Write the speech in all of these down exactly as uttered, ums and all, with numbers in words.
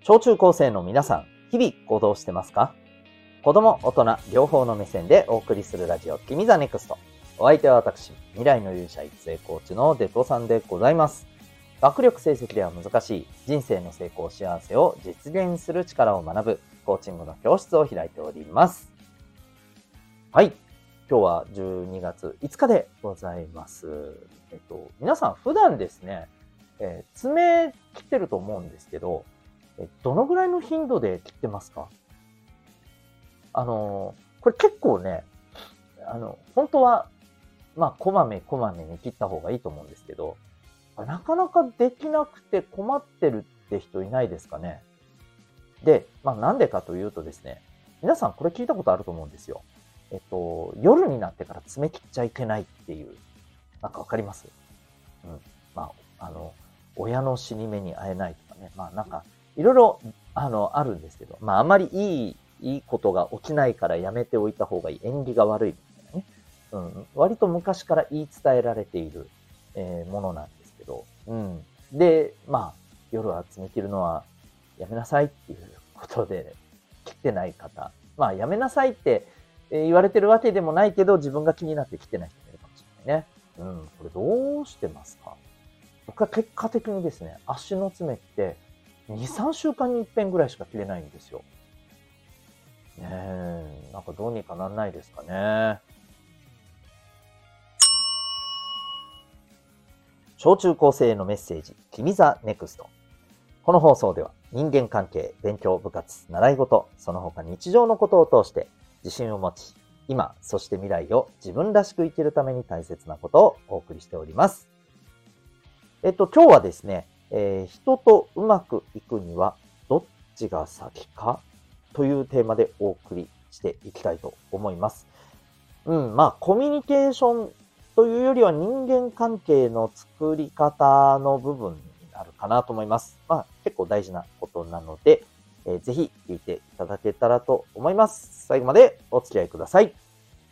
小中高生の皆さん、日々行動してますか？子供、大人、両方の目線でお送りするラジオ、君ザネクスト。お相手は私、未来の勇者育成コーチのデトさんでございます。学力成績では難しい人生の成功幸せを実現する力を学ぶコーチングの教室を開いております。はい。今日はじゅうにがついつかでございます。えっと、皆さん普段ですね、えー、爪切ってると思うんですけど、どのぐらいの頻度で切ってますか？あのー、これ結構ね、あの、本当は、まあ、こまめこまめに切った方がいいと思うんですけど、なかなかできなくて困ってるって人いないですかね。で、まあ、なんでかというとですね、皆さんこれ聞いたことあると思うんですよ。えっと、夜になってから爪切っちゃいけないっていう、なんかわかります？うん。まあ、あの、親の死に目に会えないとかね、まあなんか、いろいろ、あの、あるんですけど、まああまりいい、いいことが起きないからやめておいた方がいい。縁起が悪いみたいなね。うん。割と昔から言い伝えられている、えーものなんですけど、うん。で、まあ、夜は爪切るのはやめなさいっていうことで、切ってない方。まあ、やめなさいって言われてるわけでもないけど、自分が気になって切ってない人もいるかもしれないね。うん。これどうしてますか？僕は結果的にですね、足の爪ってに、さんしゅうかんに一遍ぐらいしか切れないんですよ。ねえ、なんかどうにかなんないですかね。小中高生へのメッセージ、君ザネクスト。この放送では人間関係、勉強、部活、習い事、その他日常のことを通して自信を持ち、今、そして未来を自分らしく生きるために大切なことをお送りしております。えっと、今日はですね、えー人とうまくいくにはどっちが先かというテーマでお送りしていきたいと思います。うん、まあ、コミュニケーションというよりは人間関係の作り方の部分になるかなと思います。まあ、結構大事なことなので、えーぜひ聞いていただけたらと思います。最後までお付き合いください。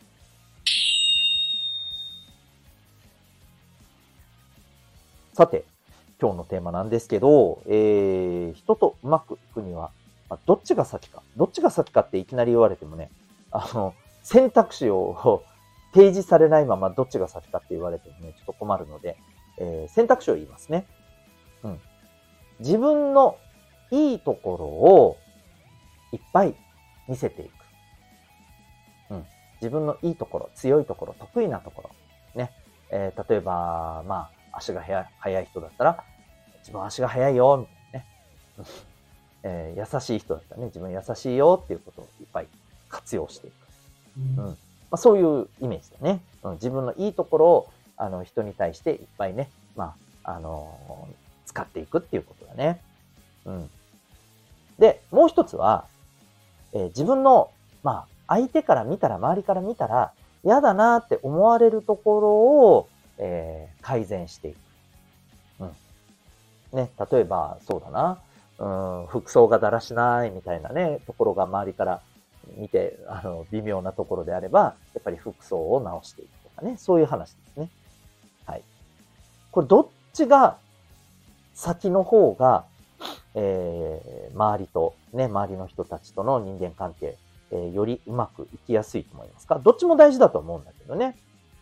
さて、今日のテーマなんですけど、えー、人とうまくいくには、まあどっちが先か、どっちが先かっていきなり言われてもね、あの、選択肢を提示されないままどっちが先かって言われてもね、ちょっと困るので、えー選択肢を言いますね。うん。自分のいいところをいっぱい見せていく。うん。自分のいいところ、強いところ、得意なところ。ね。えー例えば、まあ、足が速い速い人だったら、自分足が速いよ、みたいなね。えー優しい人だったらね、自分優しいよっていうことをいっぱい活用していく。うん。まあ、そういうイメージだね。うん、自分のいいところを、あの、人に対していっぱいね、まあ、あのー使っていくっていうことだね。うん。で、もう一つは、えー自分の、まあ、相手から見たら、周りから見たら、嫌だなって思われるところを、えー改善していく。うん。ね、例えば、そうだな。うん、服装がだらしないみたいなね、ところが周りから見て、あの、微妙なところであれば、やっぱり服装を直していくとかね、そういう話ですね。はい。これどっちが先の方が、えー、周りと、ね、周りの人たちとの人間関係、えーよりうまくいきやすいと思いますか？どっちも大事だと思うんだけどね。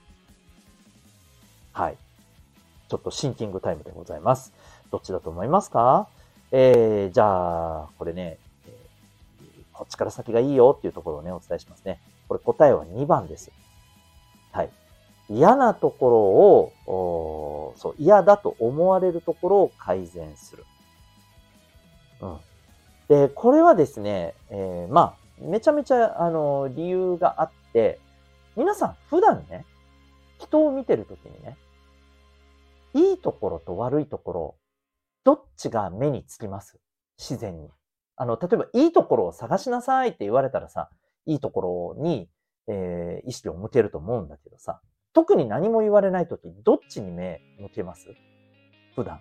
はい。ちょっとシンキングタイムでございます。どっちだと思いますか？えー、じゃあ、これね、えーこっちから先がいいよっていうところをね、お伝えしますね。これ答えはにばんです。はい。嫌なところを、おーそう、嫌だと思われるところを改善する。うん。で、これはですね、えーまあ、めちゃめちゃ、あの、理由があって、皆さん普段ね、人を見てるときにね、いいところと悪いところ、どっちが目につきます？自然に。あの、例えばいいところを探しなさいって言われたらさ、いいところに、えー意識を向けると思うんだけどさ、特に何も言われないとき、どっちに目向けます？普段。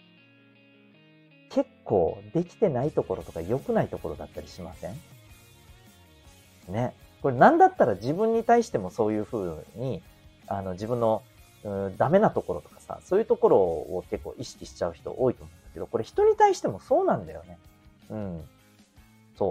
結構できてないところとか良くないところだったりしません？ね。これなんだったら自分に対してもそういう風に、あの、自分の、うん、ダメなところとかさ、そういうところを結構意識しちゃう人多いと思うんだけど、これ人に対してもそうなんだよね。 うん。そう。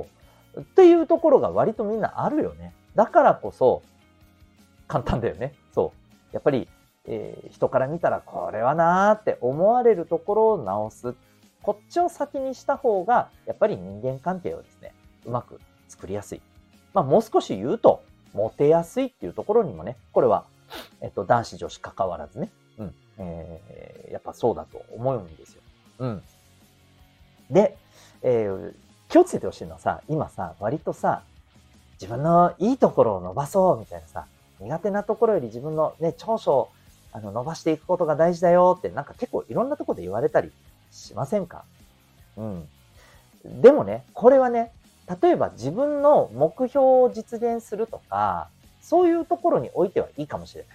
っていうところが割とみんなあるよね。だからこそ、簡単だよね。そう。やっぱり、えー、人から見たらこれはなーって思われるところを直す。こっちを先にした方が、やっぱり人間関係をですね、うまく作りやすい。まあもう少し言うと、モテやすいっていうところにもね、これは、えっと、男子女子関わらずね、うん、えー、やっぱそうだと思うんですよ。うん。で、えー、気をつけてほしいのはさ、今さ、割とさ、自分のいいところを伸ばそうみたいなさ、苦手なところより自分のね、長所をあの伸ばしていくことが大事だよって、なんか結構いろんなところで言われたりしませんか？うん。でもね、これはね、例えば自分の目標を実現するとか、そういうところにおいてはいいかもしれない。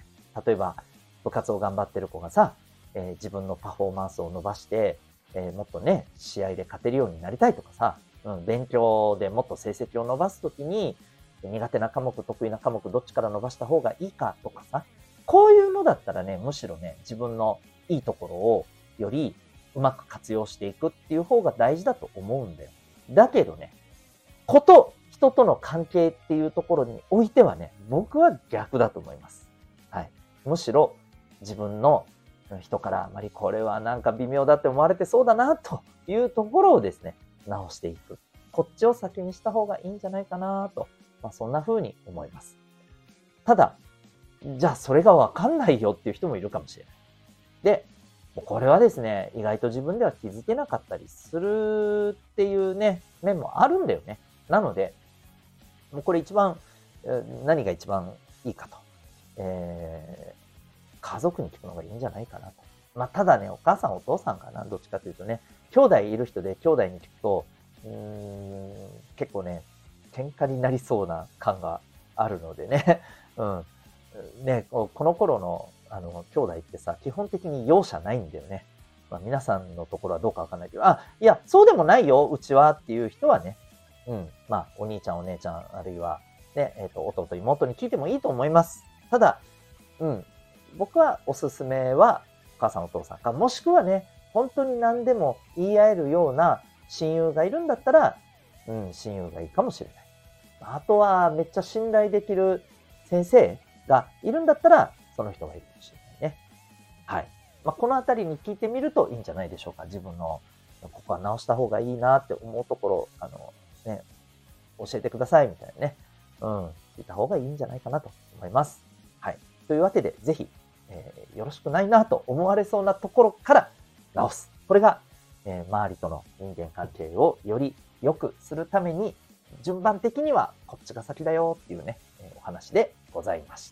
例えば、部活を頑張ってる子がさ、えー自分のパフォーマンスを伸ばして、えーもっとね、試合で勝てるようになりたいとかさ、うん、勉強でもっと成績を伸ばすときに、苦手な科目、得意な科目、どっちから伸ばした方がいいかとかさ、こういうのだったらね、むしろね、自分のいいところをよりうまく活用していくっていう方が大事だと思うんだよ。だけどね、こと、人との関係っていうところにおいてはね、僕は逆だと思います。はい。むしろ自分の人からあまりこれはなんか微妙だって思われてそうだなというところをですね、直していく。こっちを先にした方がいいんじゃないかなと。まあそんな風に思います。ただ、じゃあそれがわかんないよっていう人もいるかもしれない。で、これはですね、意外と自分では気づけなかったりするっていうね、面もあるんだよね。なので、もうこれ一番、何が一番いいかと。えー、家族に聞くのがいいんじゃないかなと。まあ、ただね、お母さんお父さんかな、どっちかというとね、兄弟いる人で兄弟に聞くと、うーん、結構ね、喧嘩になりそうな感があるのでね、うん。ね、この頃の、あの、兄弟ってさ、基本的に容赦ないんだよね。まあ、皆さんのところはどうかわかんないけど、あ、いや、そうでもないよ、うちはっていう人はね、うん、まあ、お兄ちゃん、お姉ちゃん、あるいは、ね、えっ、と、弟、妹に聞いてもいいと思います。ただ、うん、僕はおすすめは、お母さん、お父さんか、もしくはね、本当に何でも言い合えるような親友がいるんだったら、うん、親友がいいかもしれない。あとは、めっちゃ信頼できる先生がいるんだったら、その人がいいかもしれないね。はい。まあ、このあたりに聞いてみるといいんじゃないでしょうか。自分の、ここは直した方がいいなって思うところ、あの、ね、教えてくださいみたいなね。うん。聞いた方がいいんじゃないかなと思います。はい。というわけで、ぜひ、えーよろしくないなと思われそうなところから直す。これが、えー周りとの人間関係をより良くするために、順番的にはこっちが先だよっていうね、えーお話でございました。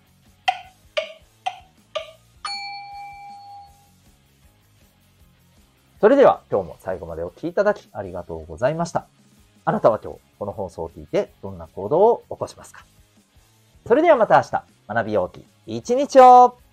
それでは今日も最後までお聞きいただきありがとうございました。あなたは今日この放送を聞いてどんな行動を起こしますか？それではまた明日、学びようき一日を